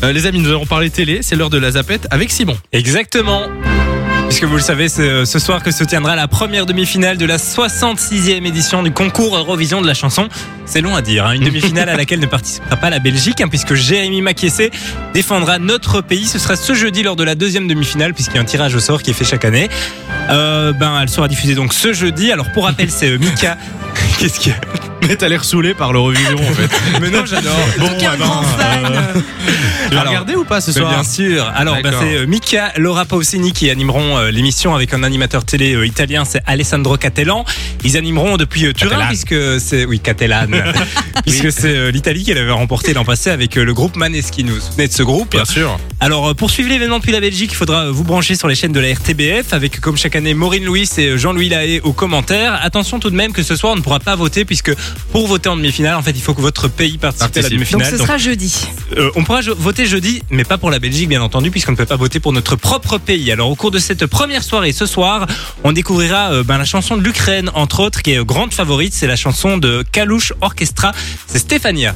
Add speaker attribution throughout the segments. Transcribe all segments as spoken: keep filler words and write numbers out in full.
Speaker 1: Euh, les amis, nous allons parler télé. C'est l'heure de la zapette avec Simon.
Speaker 2: Exactement. Puisque vous le savez, c'est ce soir que se tiendra la première demi-finale de la soixante-sixième édition du concours Eurovision de la chanson. C'est long à dire, hein, une demi-finale à laquelle ne participera pas la Belgique, hein, puisque Jérémy Makiessé défendra notre pays. Ce sera ce jeudi lors de la deuxième demi-finale, puisqu'il y a un tirage au sort qui est fait chaque année. Euh, ben, elle sera diffusée donc ce jeudi. Alors pour rappel, c'est euh, Mika. Qu'est-ce qu'il y a?
Speaker 1: Mais t'as l'air saoulé par l'Eurovision en fait.
Speaker 2: Mais non, j'adore.
Speaker 3: Bon, un
Speaker 2: ben,
Speaker 3: grand fan.
Speaker 2: euh,
Speaker 1: Tu vas
Speaker 2: Alors,
Speaker 1: regarder ou pas ce
Speaker 2: Mais
Speaker 1: soir?
Speaker 2: bien sûr. Alors, ben,
Speaker 1: D'accord.
Speaker 2: c'est euh, Mika, Laura Pausini qui animeront euh, l'émission avec un animateur télé euh, italien, c'est Alessandro Cattelan. Ils animeront depuis euh, Turin,
Speaker 1: Catalan.
Speaker 2: puisque c'est oui Catalan, puisque c'est euh, l'Italie qui avait remporté l'an passé avec euh, le groupe Maneskin. Vous vous souvenez de ce groupe?
Speaker 1: Bien sûr.
Speaker 2: Alors, euh, pour suivre l'événement depuis la Belgique, il faudra euh, vous brancher sur les chaînes de la R T B F avec, comme chaque année, Maureen Louis et euh, Jean-Louis Lahaye aux commentaires. Attention tout de même que ce soir, on ne pourra pas voter puisque pour voter en demi-finale, en fait, il faut que votre pays participe à la
Speaker 1: Participe.
Speaker 2: demi-finale.
Speaker 3: Donc ce sera jeudi.
Speaker 2: Euh, on pourra jo- voter jeudi, mais pas pour la Belgique, bien entendu, puisqu'on ne peut pas voter pour notre propre pays. Alors, au cours de cette première soirée, ce soir, on découvrira euh, ben, la chanson de l'Ukraine, entre autres, qui est euh, grande favorite. C'est la chanson de Kalush Orchestra. C'est Stefania.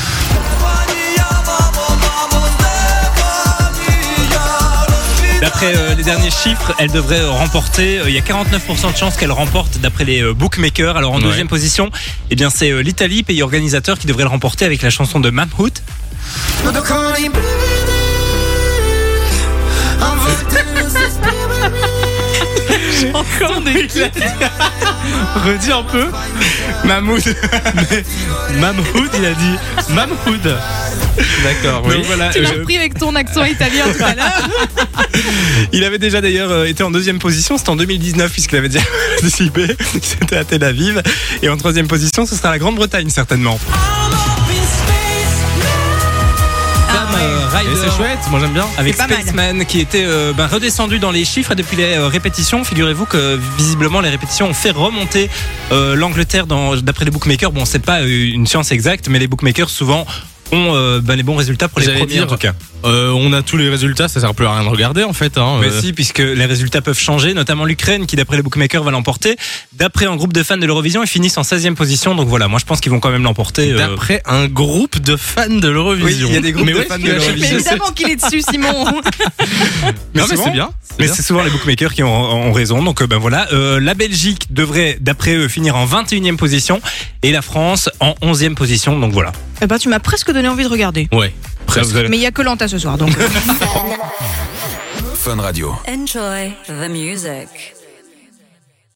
Speaker 2: D'après euh, les derniers chiffres, elle devrait euh, remporter. Euh, il y a quarante-neuf pour cent de chances qu'elle remporte d'après les euh, bookmakers. Alors en
Speaker 1: Ouais.
Speaker 2: deuxième position, eh bien c'est euh, l'Italie, pays organisateur, qui devrait le remporter avec la chanson de Mahmoud.
Speaker 3: Encore des
Speaker 2: Redis un peu. Mahmoud.
Speaker 1: Mahmoud, il a dit Mahmoud. D'accord, oui.
Speaker 2: Donc voilà,
Speaker 3: Tu l'as
Speaker 2: euh,
Speaker 3: repris avec ton accent italien tout à l'heure.
Speaker 2: il avait déjà d'ailleurs euh, été en deuxième position, c'était en deux mille dix-neuf puisqu'il avait déjà participé, c'était à Tel Aviv. Et en troisième position, ce sera la Grande-Bretagne certainement.
Speaker 3: Ah ouais.
Speaker 2: Euh,
Speaker 1: Et
Speaker 2: Ryder
Speaker 1: c'est chouette, moi j'aime bien.
Speaker 2: avec
Speaker 3: C'est pas mal.
Speaker 2: Spaceman qui était euh, ben, redescendu dans les chiffres et depuis les euh, répétitions. Figurez-vous que visiblement les répétitions ont fait remonter euh, l'Angleterre dans, d'après les bookmakers. Bon, c'est pas euh, une science exacte, mais les bookmakers souvent ont euh, ben, les bons résultats pour les
Speaker 1: J'allais
Speaker 2: premiers
Speaker 1: dire,
Speaker 2: en tout cas.
Speaker 1: Euh, on a tous les résultats, ça sert plus à rien de regarder en fait. Hein.
Speaker 2: Mais
Speaker 1: Euh,
Speaker 2: si, puisque les résultats peuvent changer, notamment l'Ukraine qui, d'après les bookmakers, va l'emporter. D'après un groupe de fans de l'Eurovision, ils finissent en seizième position. Donc voilà, moi je pense qu'ils vont quand même l'emporter. euh.
Speaker 1: D'après un groupe de fans de l'Eurovision.
Speaker 2: Oui, il y a des groupes
Speaker 1: Mais
Speaker 2: de
Speaker 1: où est-ce
Speaker 2: fans
Speaker 1: que
Speaker 2: de
Speaker 1: tu achètes
Speaker 2: l'Eurovision.
Speaker 3: Mais
Speaker 1: ces-
Speaker 3: évidemment qu'il est dessus, Simon.
Speaker 1: Non mais
Speaker 2: souvent-
Speaker 1: c'est bien.
Speaker 2: Mais
Speaker 1: bien.
Speaker 2: c'est souvent les bookmakers qui ont, ont raison. Donc euh, ben voilà, Euh, la Belgique devrait, d'après eux, finir en vingt et unième position et la France en onzième position. Donc voilà.
Speaker 3: Eh ben, tu m'as presque donné envie de regarder.
Speaker 1: Ouais.
Speaker 2: Ça, vous allez-
Speaker 3: Mais il y a que Lanta ce soir, donc.
Speaker 4: Fun Radio.
Speaker 5: Enjoy the music.